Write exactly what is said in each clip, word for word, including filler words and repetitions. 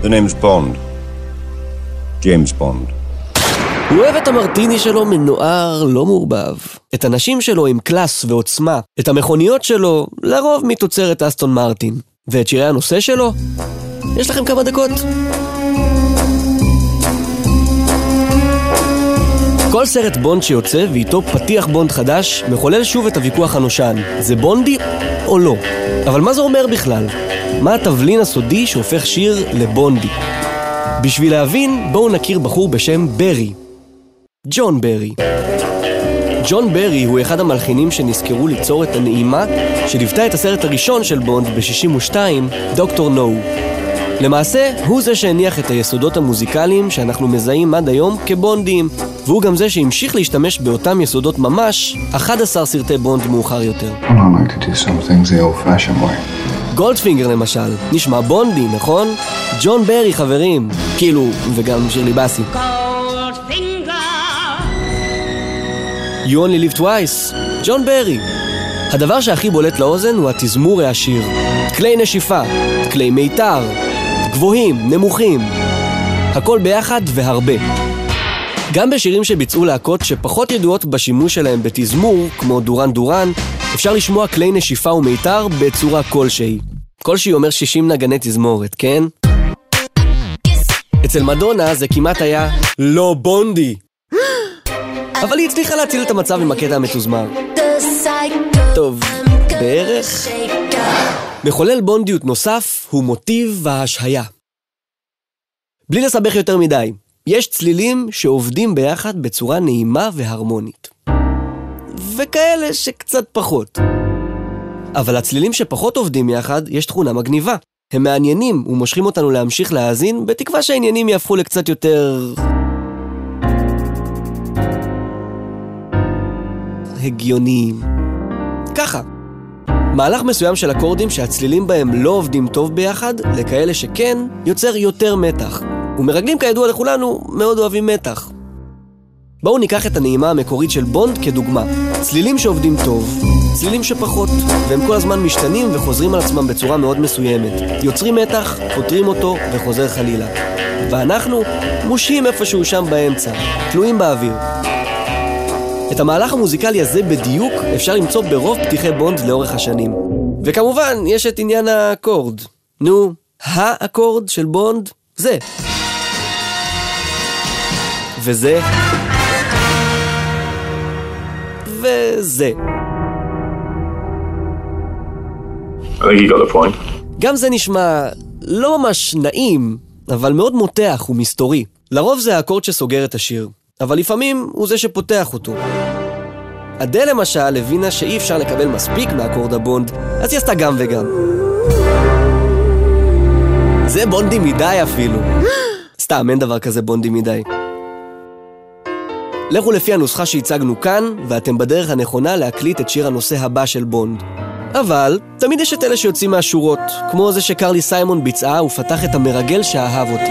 The name's Bond. James Bond. הוא אוהב את המרטיני שלו מנוער לא מעורבב. את הנשים שלו עם קלאס ועוצמה. את המכוניות שלו לרוב מתוצרת אסטון מרטין. ואת שירי הנושא שלו? יש לכם כמה דקות. כל סרט בונד שיוצא ואיתו פתיח בונד חדש מחולל שוב את הוויכוח הנושן. זה בונדי או לא? אבל מה זה אומר בכלל? מה התבלין הסודי שהופך שיר לבונדי? בשביל להבין, בואו נכיר בחור בשם ברי. ג'ון ברי. ג'ון ברי הוא אחד המלחינים שנזכרו ליצור את הנעימה שליוותה את הסרט הראשון של בונד ב-שישים ושתיים, דוקטור נו. למעשה, הוא זה שהניח את היסודות המוזיקליים שאנחנו מזהים עד היום כבונדים, והוא גם זה שהמשיך להשתמש באותם יסודות ממש אחד עשר סרטי בונד מאוחר יותר. I like to do some things the old-fashioned way. גולדפינגר למשל, נשמע בונדי, נכון? ג'ון ברי, חברים. כאילו, וגם שירלי בסי. You only live twice, ג'ון ברי. הדבר שהכי בולט לאוזן הוא התזמור העשיר. כלי נשיפה, כלי מיתר, גבוהים, נמוכים. הכל ביחד והרבה. גם בשירים שביצעו להקות שפחות ידועות בשימוש שלהם בתזמור, כמו דורן דורן, אפשר לשמוע כלי נשיפה ומיתר בצורה כלשהי. כלשהי אומר שישים נגני תזמורת, כן? אצל מדונה זה כמעט היה לא בונדי. אבל היא הצליחה להציל את המצב עם הקטע המתוזמר. טוב, בערך. מחולל בונדיות נוסף הוא מוטיב וההשהיה. בלי לסבך יותר מדי, יש צלילים שעובדים ביחד בצורה נעימה והרמונית. וכאלה שקצת פחות. אבל הצלילים שפחות עובדים יחד יש תכונה מגניבה. הם מעניינים ומושכים אותנו להמשיך להאזין, בתקווה שהעניינים יהפכו לקצת יותר... הגיוניים. ככה. מהלך מסוים של אקורדים שהצלילים בהם לא עובדים טוב ביחד, לכאלה שכן, יוצר יותר מתח. ומרגלים כידוע לכולנו מאוד אוהבים מתח. בואו ניקח את הנעימה המקורית של בונד כדוגמה. צלילים שעובדים טוב, צלילים שפחות, והם כל הזמן משתנים וחוזרים על עצמם בצורה מאוד מסוימת. יוצרים מתח, פותרים אותו וחוזר חלילה. ואנחנו מושים איפשהו שם באמצע, תלויים באוויר. את המהלך המוזיקלי הזה בדיוק אפשר למצוא ברוב פתיחי בונד לאורך השנים. וכמובן, יש את עניין האקורד. נו, האקורד של בונד זה. וזה. וזה. I think you got the point. גם זה נשמע לא ממש נעים, אבל מאוד מותח ומסתורי. לרוב זה האקורד שסוגר את השיר. אבל לפעמים הוא זה שפותח אותו. אדל למשל הבינה שאי אפשר לקבל מספיק מאקורד הבונד, אז היא עשתה גם וגם. זה בונדי מדי אפילו. סתם, אין דבר כזה בונדי מדי. לכו לפי הנוסחה שהצגנו כאן, ואתם בדרך הנכונה להקליט את שיר הנושא הבא של בונד. אבל תמיד יש את אלה שיוצאים מהשורות, כמו זה שקרלי סיימון ביצעה ופתח את המרגל שאהב אותי.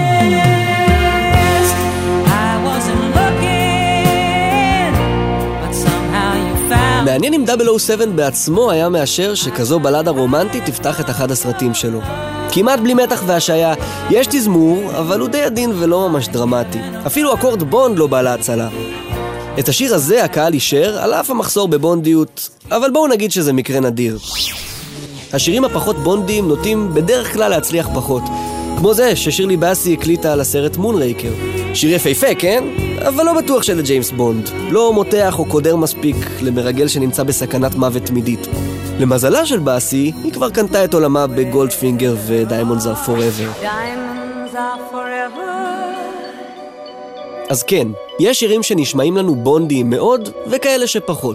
מעניין אם דאבל או סבן בעצמו היה מאשר שכזו בלדה רומנטית תפתח את אחד הסרטים שלו. כמעט בלי מתח והשהיה, יש תזמור, אבל הוא די עדין ולא ממש דרמטי. אפילו אקורד בונד לא בא להצלה. את השיר הזה הקהל אישר על אף המחסור בבונדיות, אבל בואו נגיד שזה מקרה נדיר. השירים הפחות בונדיים נוטים בדרך כלל להצליח פחות, כמו זה ששירלי בסי הקליטה על הסרט מונרייקר. שיר יפהפה, כן? אבל לא בטוח של ג'יימס בונד. לא מותח או קודר מספיק למרגל שנמצא בסכנת מוות תמידית. למזלה של בסי, היא כבר קנתה את עולמה בגולדפינגר ודיימונדס אר פוראבר. אז כן, יש שירים שנשמעים לנו בונדיים מאוד, וכאלה שפחות.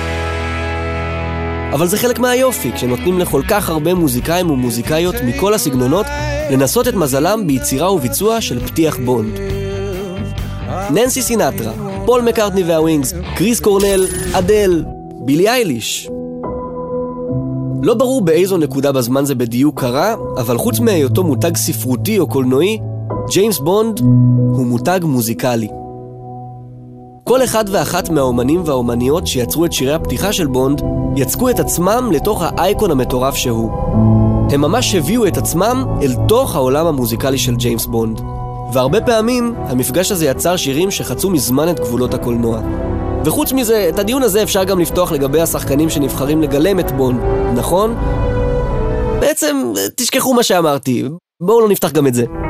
אבל זה חלק מהיופי, כשנותנים לכל כך הרבה מוזיקאים ומוזיקאיות מכל הסגנונות לנסות את מזלם ביצירה וביצוע של פתיח בונד. ננסי סינטרה, פול מקארטני והווינגס, קריס קורנל, אדל, בילי אייליש. לא ברור באיזו נקודה בזמן זה בדיוק קרה, אבל חוץ מהיותו מותג ספרותי או קולנועי, ג'יימס בונד הוא מותג מוזיקלי. כל אחד ואחת מהאומנים והאומניות שיצרו את שירי הפתיחה של בונד יצקו את עצמם לתוך האייקון המטורף שהוא. הם ממש הביאו את עצמם אל תוך העולם המוזיקלי של ג'יימס בונד. והרבה פעמים המפגש הזה יצר שירים שחצו מזמן את גבולות הקולנוע. וחוץ מזה, את הדיון הזה אפשר גם לפתוח לגבי השחקנים שנבחרים לגלם את בונד, נכון? בעצם, תשכחו מה שאמרתי, בואו לא נפתח גם את זה.